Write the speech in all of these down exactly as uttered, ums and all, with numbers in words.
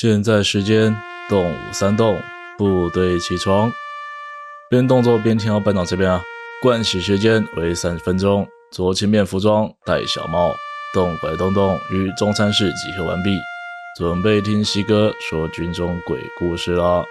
现在时间动五三动，部队起床。边动作边听到班长这边啊。盥洗时间为三十分钟，着轻便服装，戴小帽，动拐动动，于中餐室集合完毕，准备听西哥说军中鬼故事啦。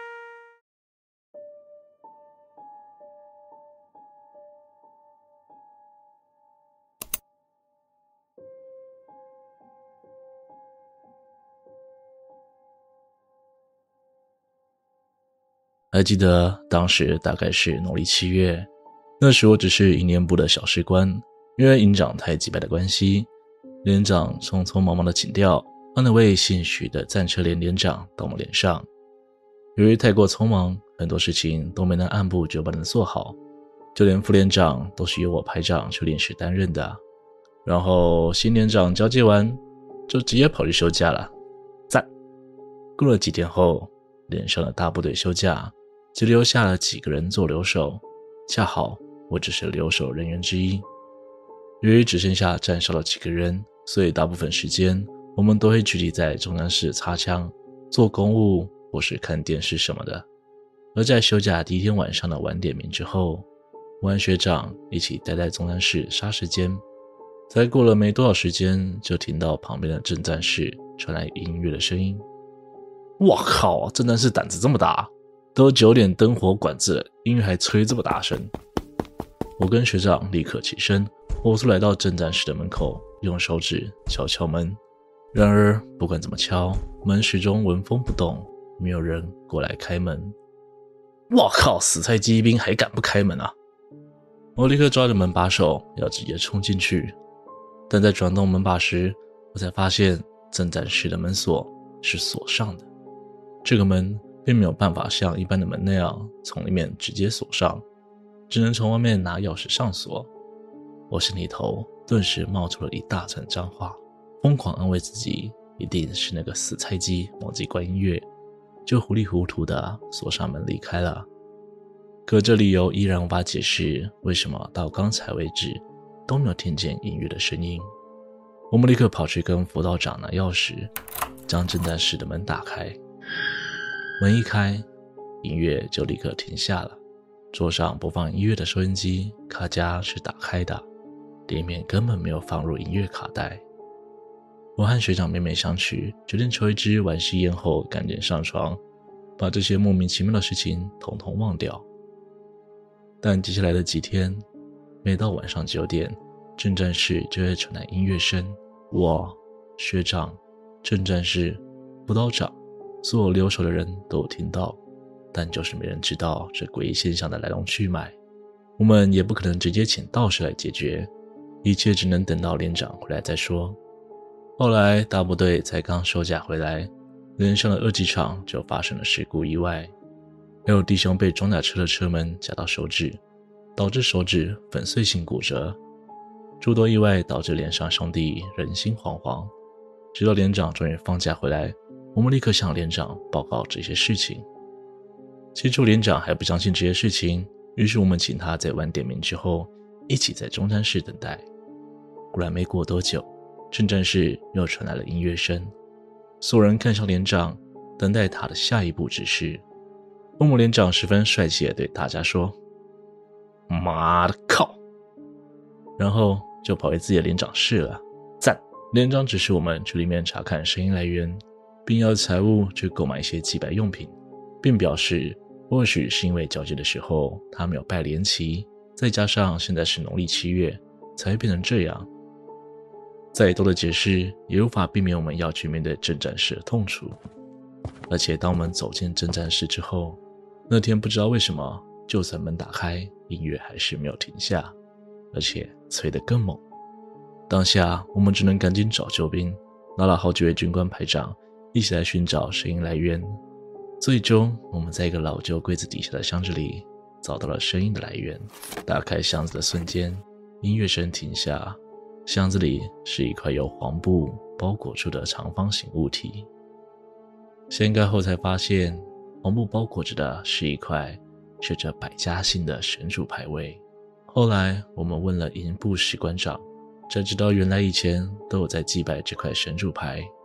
还记得当时大概是农历七月，那时我只是营连部的小士官，因为营长太急败的关系，连长匆匆忙忙的请调，让那位姓许的战车连连长到我们连上。由于太过匆忙，很多事情都没能按部就班的做好，就连副连长都是由我排长去临时担任的。然后新连长交接完，就直接跑去休假了，赞。过了几天后，连上了大部队休假，只留下了几个人做留守，恰好我只是留守人员之一。由于只剩下站哨的几个人，所以大部分时间我们都会聚集在中山室擦枪、做公务或是看电视什么的。而在休假第一天晚上的晚点名之后，我和学长一起待在中山室杀时间。才过了没多少时间，就听到旁边的政战室传来音乐的声音。哇靠，政战室胆子这么大，都九点灯火管制了，音乐还吹这么大声。我跟学长立刻起身，火速来到政战室的门口，用手指敲敲门。然而不管怎么敲，门始终纹风不动，没有人过来开门。哇靠，死菜鸡兵还敢不开门啊！我立刻抓着门把手要直接冲进去，但在转动门把时，我才发现政战室的门锁是锁上的。这个门并没有办法像一般的门那样从里面直接锁上，只能从外面拿钥匙上锁。我心里头顿时冒出了一大串脏话，疯狂安慰自己一定是那个死菜鸡忘记关音乐，就糊里糊涂的锁上门离开了。可这理由依然无法解释为什么到刚才为止都没有听见音乐的声音。我们立刻跑去跟辅导长拿钥匙，将政战室的门打开。门一开，音乐就立刻停下了。桌上播放音乐的收音机卡夹是打开的，里面根本没有放入音乐卡带。我和学长面面相觑，决定抽一支完吸烟后赶紧上床，把这些莫名其妙的事情统统忘掉。但接下来的几天，每到晚上九点，政战室就会传来音乐声。我、学长、政战室、辅导长，所有留守的人都有听到，但就是没人知道这诡异现象的来龙去脉。我们也不可能直接请道士来解决，一切只能等到连长回来再说。后来大部队才刚收假回来，连上的二级场就发生了事故意外，还有弟兄被装甲车的车门夹到手指，导致手指粉碎性骨折。诸多意外导致连上兄弟人心惶惶，直到连长终于放假回来，我们立刻向连长报告这些事情。起初连长还不相信这些事情，于是我们请他在晚点名之后一起在中山室等待。果然没过多久，政战室又传来了音乐声，所有人看向连长，等待他的下一步指示。欧姆连长十分帅气地对大家说：妈的靠！然后就跑回自己的连长室了。赞！连长指示我们去里面查看声音来源，并要财物去购买一些祭拜用品，并表示或许是因为交接的时候他没有拜连旗，再加上现在是农历七月，才会变成这样。再多的解释也无法避免我们要去面对政战室的痛楚。而且当我们走进政战室之后，那天不知道为什么，就算门打开，音乐还是没有停下，而且催得更猛。当下我们只能赶紧找救兵，拉了好几位军官排长一起来寻找声音来源。最终我们在一个老旧柜子底下的箱子里找到了声音的来源。打开箱子的瞬间，音乐声停下，箱子里是一块由黄布包裹住的长方形物体。掀开后才发现，黄布包裹着的是一块写着百家姓的神主牌位。后来我们问了营部士官长，才知道原来以前都有在祭拜这块神主牌。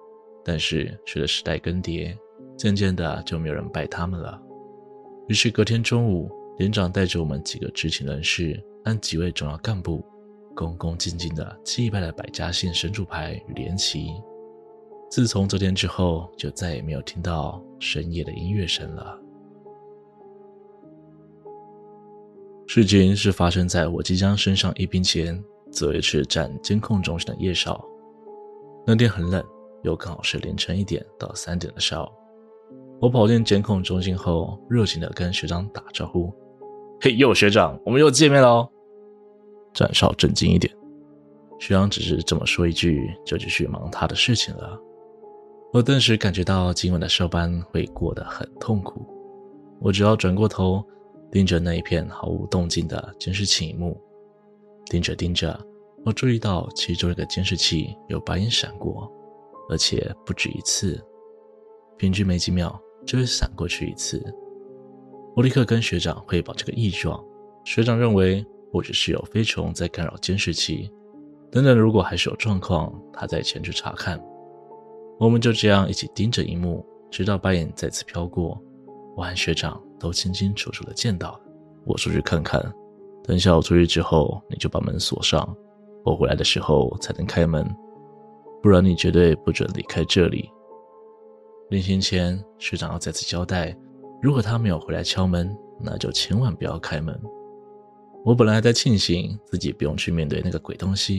但是随着时代更迭，渐渐的就没有人拜他们了。于是隔天中午，连长带着我们几个知情人士和几位重要干部，恭恭敬敬地祭拜了百家姓神主牌与连旗。自从这天之后，就再也没有听到深夜的音乐声了。事情是发生在我即将升上一兵前，则为是站监控中心的夜哨。那天很冷，又刚好是凌晨一点到三点的哨。我跑进监控中心后，热情地跟学长打招呼：“嘿呦，学长，我们又见面喽！”站哨正经一点。学长只是这么说一句，就继续忙他的事情了。我顿时感觉到今晚的哨班会过得很痛苦。我只要转过头，盯着那一片毫无动静的监视器萤幕，盯着盯着，我注意到其中一个监视器有白影闪过，而且不止一次，平均没几秒就会闪过去一次。我立刻跟学长汇报这个异状，学长认为或许是有飞虫在干扰监视器，等等，如果还是有状况，他再前去查看。我们就这样一起盯着萤幕，直到白影再次飘过，我和学长都清清楚楚地见到了。我出去看看，等下我出去之后，你就把门锁上，我回来的时候才能开门，不然你绝对不准离开这里。临行前，学长要再次交代，如果他没有回来敲门，那就千万不要开门。我本来还在庆幸自己不用去面对那个鬼东西，